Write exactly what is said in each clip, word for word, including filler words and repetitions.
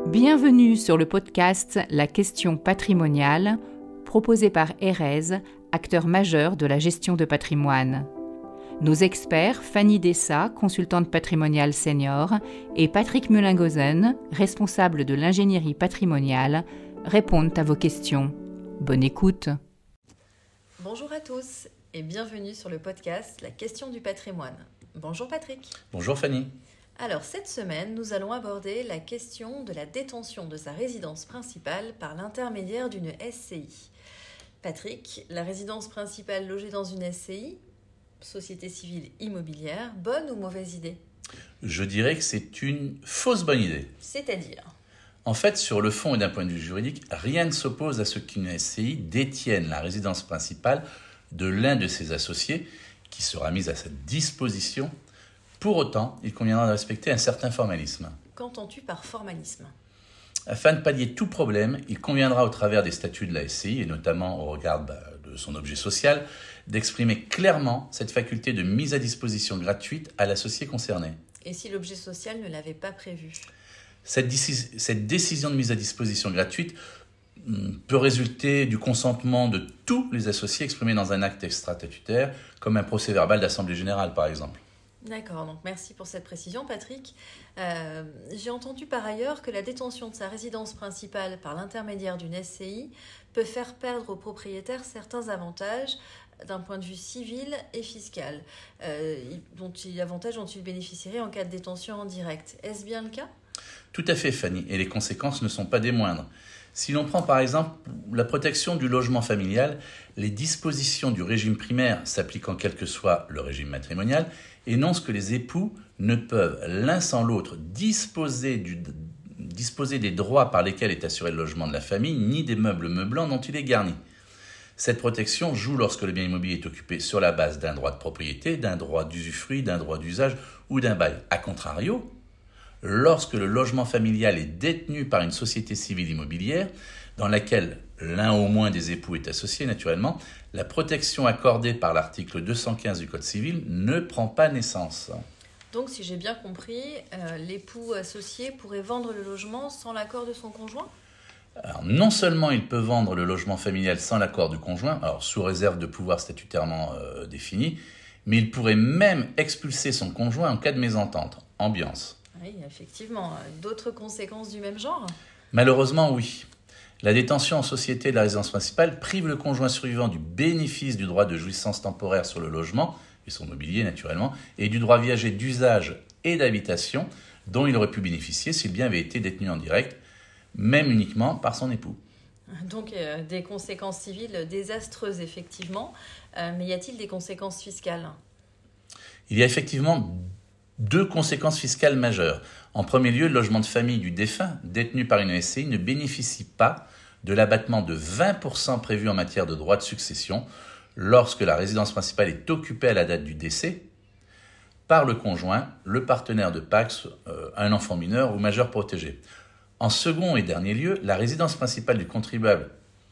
Bienvenue sur le podcast La question patrimoniale, proposé par Erez, acteur majeur de la gestion de patrimoine. Nos experts, Fanny Dessa, consultante patrimoniale senior, et Patrick Mullingozen, responsable de l'ingénierie patrimoniale, répondent à vos questions. Bonne écoute. Bonjour à tous et bienvenue sur le podcast La question du patrimoine. Bonjour Patrick. Bonjour Fanny. Alors cette semaine, nous allons aborder la question de la détention de sa résidence principale par l'intermédiaire d'une S C I. Patrick, la résidence principale logée dans une S C I, société civile immobilière, bonne ou mauvaise idée ? Je dirais que c'est une fausse bonne idée. C'est-à-dire ? En fait, sur le fond et d'un point de vue juridique, rien ne s'oppose à ce qu'une S C I détienne la résidence principale de l'un de ses associés qui sera mise à sa disposition. Pour autant, il conviendra de respecter un certain formalisme. Qu'entends-tu par formalisme ? Afin de pallier tout problème, il conviendra au travers des statuts de la S C I, et notamment au regard bah, de son objet social, d'exprimer clairement cette faculté de mise à disposition gratuite à l'associé concerné. Et si l'objet social ne l'avait pas prévu ? Cette, décis- cette décision de mise à disposition gratuite hum, peut résulter du consentement de tous les associés exprimés dans un acte extrastatutaire, comme un procès-verbal d'assemblée générale par exemple. D'accord, donc merci pour cette précision Patrick. Euh, j'ai entendu par ailleurs que la détention de sa résidence principale par l'intermédiaire d'une S C I peut faire perdre au propriétaire certains avantages d'un point de vue civil et fiscal, euh, dont il, avantages dont il bénéficierait en cas de détention en direct. Est-ce bien le cas ? Tout à fait Fanny, et les conséquences ne sont pas des moindres. Si l'on prend par exemple la protection du logement familial, les dispositions du régime primaire s'appliquant quel que soit le régime matrimonial énoncent que les époux ne peuvent l'un sans l'autre disposer, du, disposer des droits par lesquels est assuré le logement de la famille, ni des meubles meublants dont il est garni. Cette protection joue lorsque le bien immobilier est occupé sur la base d'un droit de propriété, d'un droit d'usufruit, d'un droit d'usage ou d'un bail. A contrario, lorsque le logement familial est détenu par une société civile immobilière, dans laquelle l'un au moins des époux est associé naturellement, la protection accordée par l'article deux cent quinze du Code civil ne prend pas naissance. Donc si j'ai bien compris, euh, l'époux associé pourrait vendre le logement sans l'accord de son conjoint ? Alors, non seulement il peut vendre le logement familial sans l'accord du conjoint, alors sous réserve de pouvoir statutairement euh, défini, mais il pourrait même expulser son conjoint en cas de mésentente. Ambiance. Oui, effectivement. D'autres conséquences du même genre ? Malheureusement, oui. La détention en société de la résidence principale prive le conjoint survivant du bénéfice du droit de jouissance temporaire sur le logement, et son mobilier naturellement, et du droit viager d'usage et d'habitation dont il aurait pu bénéficier si le bien avait été détenu en direct, même uniquement par son époux. Donc euh, des conséquences civiles désastreuses effectivement, euh, mais y a-t-il des conséquences fiscales ? Il y a effectivement deux conséquences fiscales majeures. En premier lieu, le logement de famille du défunt, détenu par une S C I, ne bénéficie pas de l'abattement de vingt pour cent prévu en matière de droit de succession lorsque la résidence principale est occupée à la date du décès par le conjoint, le partenaire de Pacs, euh, un enfant mineur ou majeur protégé. En second et dernier lieu, la résidence principale du contribuable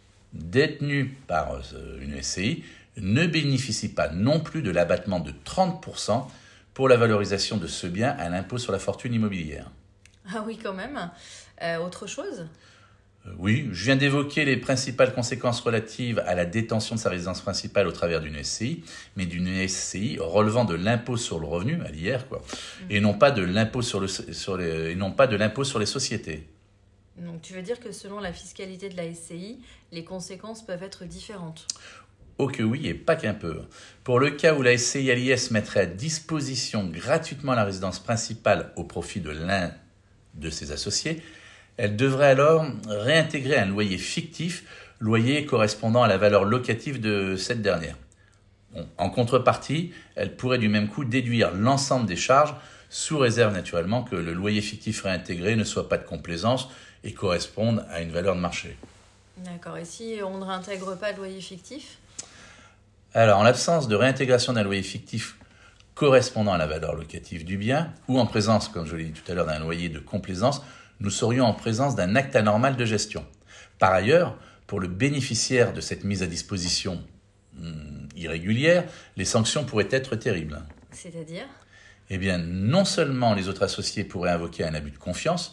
détenue par euh, une S C I ne bénéficie pas non plus de l'abattement de trente pour cent pour la valorisation de ce bien à l'impôt sur la fortune immobilière. Ah oui, quand même. Euh, autre chose ? euh, Oui, je viens d'évoquer les principales conséquences relatives à la détention de sa résidence principale au travers d'une S C I, mais d'une S C I relevant de l'impôt sur le revenu, à l'I R, quoi, mmh. et non pas de l'impôt sur, le, sur les, et non pas de l'impôt sur les sociétés. Donc tu veux dire que selon la fiscalité de la S C I, les conséquences peuvent être différentes ? Oh que oui, et pas qu'un peu. Pour le cas où la S C I L I S mettrait à disposition gratuitement la résidence principale au profit de l'un de ses associés, elle devrait alors réintégrer un loyer fictif, loyer correspondant à la valeur locative de cette dernière. Bon, en contrepartie, elle pourrait du même coup déduire l'ensemble des charges, sous réserve naturellement que le loyer fictif réintégré ne soit pas de complaisance et corresponde à une valeur de marché. D'accord, et si on ne réintègre pas de loyer fictif ? Alors, en l'absence de réintégration d'un loyer fictif correspondant à la valeur locative du bien, ou en présence, comme je l'ai dit tout à l'heure, d'un loyer de complaisance, nous serions en présence d'un acte anormal de gestion. Par ailleurs, pour le bénéficiaire de cette mise à disposition hum, irrégulière, les sanctions pourraient être terribles. C'est-à-dire ? Eh bien, non seulement les autres associés pourraient invoquer un abus de confiance,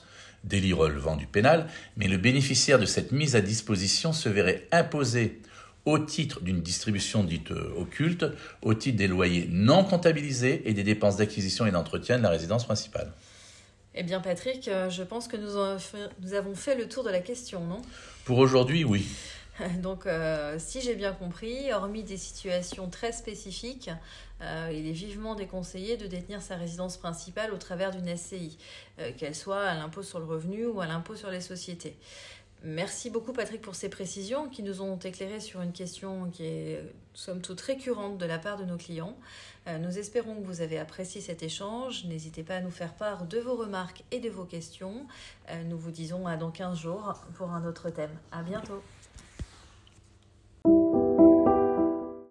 délit relevant du pénal, mais le bénéficiaire de cette mise à disposition se verrait imposer au titre d'une distribution dite occulte, au titre des loyers non comptabilisés et des dépenses d'acquisition et d'entretien de la résidence principale. Eh bien Patrick, je pense que nous avons fait le tour de la question, non ? Pour aujourd'hui, oui. Donc, euh, si j'ai bien compris, hormis des situations très spécifiques, euh, il est vivement déconseillé de détenir sa résidence principale au travers d'une S C I, euh, qu'elle soit à l'impôt sur le revenu ou à l'impôt sur les sociétés. Merci beaucoup Patrick pour ces précisions qui nous ont éclairé sur une question qui est somme toute récurrente de la part de nos clients. Euh, nous espérons que vous avez apprécié cet échange. N'hésitez pas à nous faire part de vos remarques et de vos questions. Euh, nous vous disons à dans quinze jours pour un autre thème. À bientôt.